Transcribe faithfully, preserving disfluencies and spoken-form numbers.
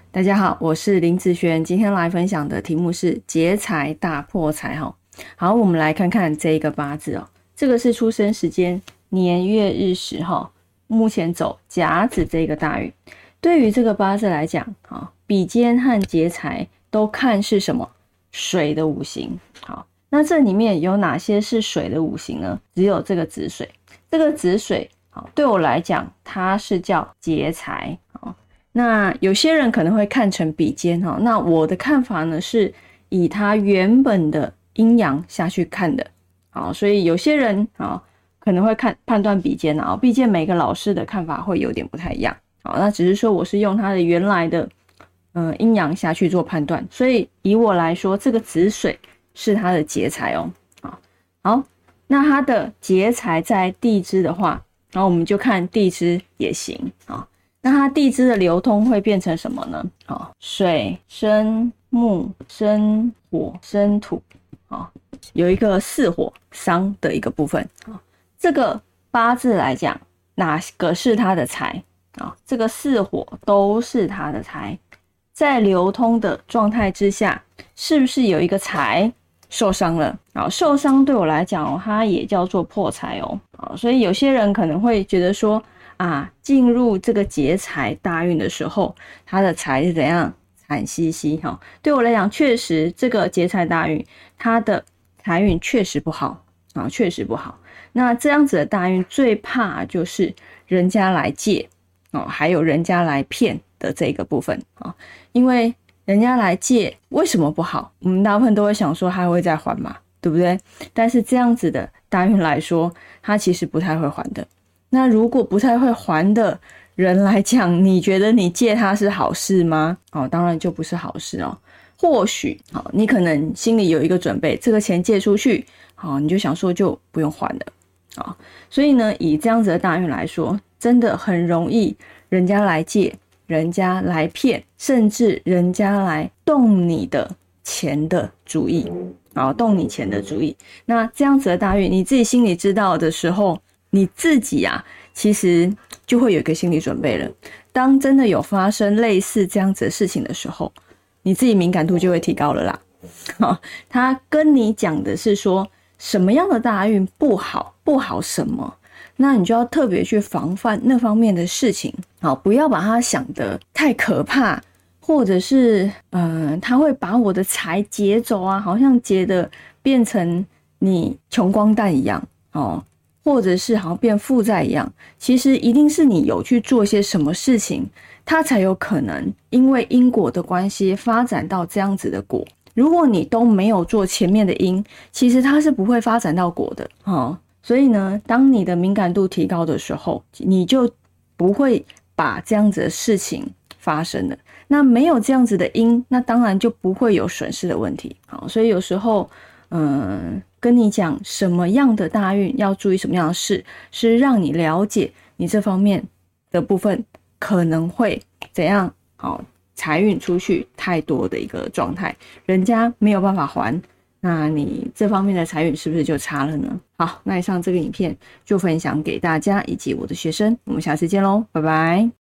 大家好，我是林子璇，今天来分享的题目是劫财大破财。好，我们来看看这一个八字哦，这个是出生时间年月日时哈，目前走甲子这个大运。对于这个八字来讲，比肩和劫财都看是什么？水的五行。好，那这里面有哪些是水的五行呢？只有这个子水。这个子水对我来讲，它是叫劫财。那有些人可能会看成比肩，那我的看法呢，是以它原本的阴阳下去看的。好，所以有些人可能会看判断比肩，毕竟每个老师的看法会有点不太一样。好，那只是说我是用它的原来的呃阴阳下去做判断，所以以我来说，这个子水是它的劫财哦。好，好，那它的劫财在地支的话，然后我们就看地支也行啊。那它地支的流通会变成什么呢？好，水生木生火生土，好，有一个巳火伤的一个部分。好，这个八字来讲，哪个是它的财？啊，这个巳火都是它的财。在流通的状态之下，是不是有一个财受伤了？啊，受伤对我来讲哦，它也叫做破财哦。啊，所以有些人可能会觉得说，啊，进入这个劫财大运的时候，他的财是怎样？惨兮兮哈。对我来讲，确实这个劫财大运，他的财运确实不好啊，确实不好。那这样子的大运，最怕就是人家来借哦，还有人家来骗的这个部分啊。因为人家来借，为什么不好？我们大部分都会想说他会再还嘛，对不对？但是这样子的大运来说，他其实不太会还的。那如果不太会还的人来讲，你觉得你借他是好事吗？哦，当然就不是好事哦。或许，哦，你可能心里有一个准备，这个钱借出去，哦，你就想说就不用还了。哦，所以呢，以这样子的大运来说，真的很容易人家来借，人家来骗，甚至人家来动你的钱的主意，哦，动你钱的主意。那这样子的大运，你自己心里知道的时候，你自己啊，其实就会有一个心理准备了。当真的有发生类似这样子的事情的时候，你自己敏感度就会提高了啦。好，他跟你讲的是说什么样的大运不好，不好什么，那你就要特别去防范那方面的事情。好，不要把它想得太可怕，或者是嗯、呃，他会把我的财劫走啊，好像劫的变成你穷光蛋一样哦。或者是好像变负债一样，其实一定是你有去做些什么事情，它才有可能因为因果的关系发展到这样子的果。如果你都没有做前面的因，其实它是不会发展到果的。哦，所以呢，当你的敏感度提高的时候，你就不会把这样子的事情发生了。那没有这样子的因，那当然就不会有损失的问题。好，所以有时候嗯，跟你讲什么样的大运要注意什么样的事，是让你了解你这方面的部分可能会怎样，好，财运出去太多的一个状态，人家没有办法还，那你这方面的财运是不是就差了呢？好，那以上这个影片就分享给大家以及我的学生，我们下次见咯，拜拜。